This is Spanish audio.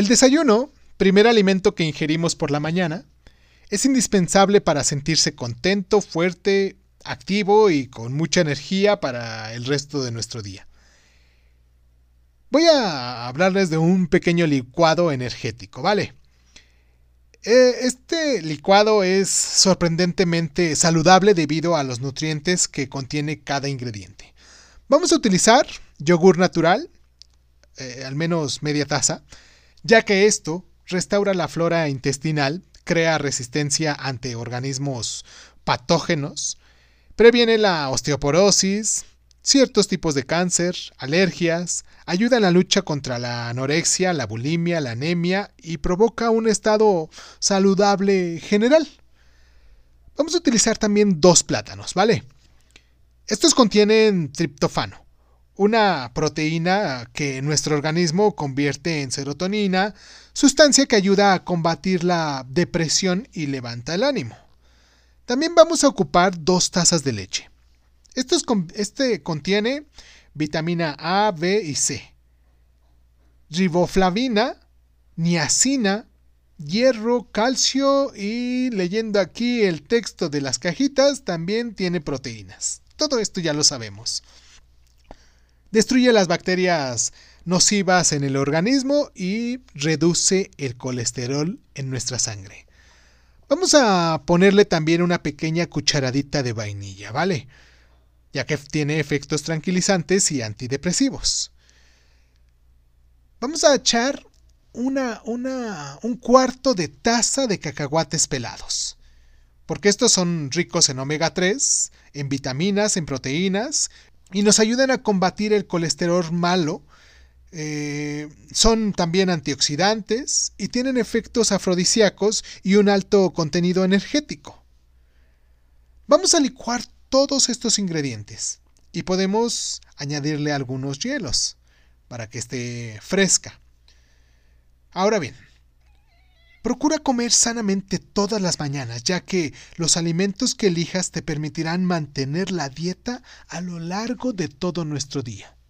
El desayuno, primer alimento que ingerimos por la mañana, es indispensable para sentirse contento, fuerte, activo y con mucha energía para el resto de nuestro día. Voy a hablarles de un pequeño licuado energético, ¿vale? Este licuado es sorprendentemente saludable debido a los nutrientes que contiene cada ingrediente. Vamos a utilizar yogur natural, al menos media taza, ya que esto restaura la flora intestinal, crea resistencia ante organismos patógenos, previene la osteoporosis, ciertos tipos de cáncer, alergias, ayuda en la lucha contra la anorexia, la bulimia, la anemia y provoca un estado saludable general. Vamos a utilizar también 2 plátanos, ¿vale? Estos contienen triptófano, una proteína que nuestro organismo convierte en serotonina, sustancia que ayuda a combatir la depresión y levanta el ánimo. También vamos a ocupar 2 tazas de leche. Este contiene vitamina A, B y C, riboflavina, niacina, hierro, calcio y, leyendo aquí el texto de las cajitas, también tiene proteínas. Todo esto ya lo sabemos. Destruye las bacterias nocivas en el organismo y reduce el colesterol en nuestra sangre. Vamos a ponerle también una pequeña cucharadita de vainilla, ¿vale? Ya que tiene efectos tranquilizantes y antidepresivos. Vamos a echar un cuarto de taza de cacahuates pelados, porque estos son ricos en omega 3, en vitaminas, en proteínas, y nos ayudan a combatir el colesterol malo. Son también antioxidantes y tienen efectos afrodisíacos y un alto contenido energético. Vamos a licuar todos estos ingredientes y podemos añadirle algunos hielos para que esté fresca. Ahora bien, procura comer sanamente todas las mañanas, ya que los alimentos que elijas te permitirán mantener la dieta a lo largo de todo nuestro día.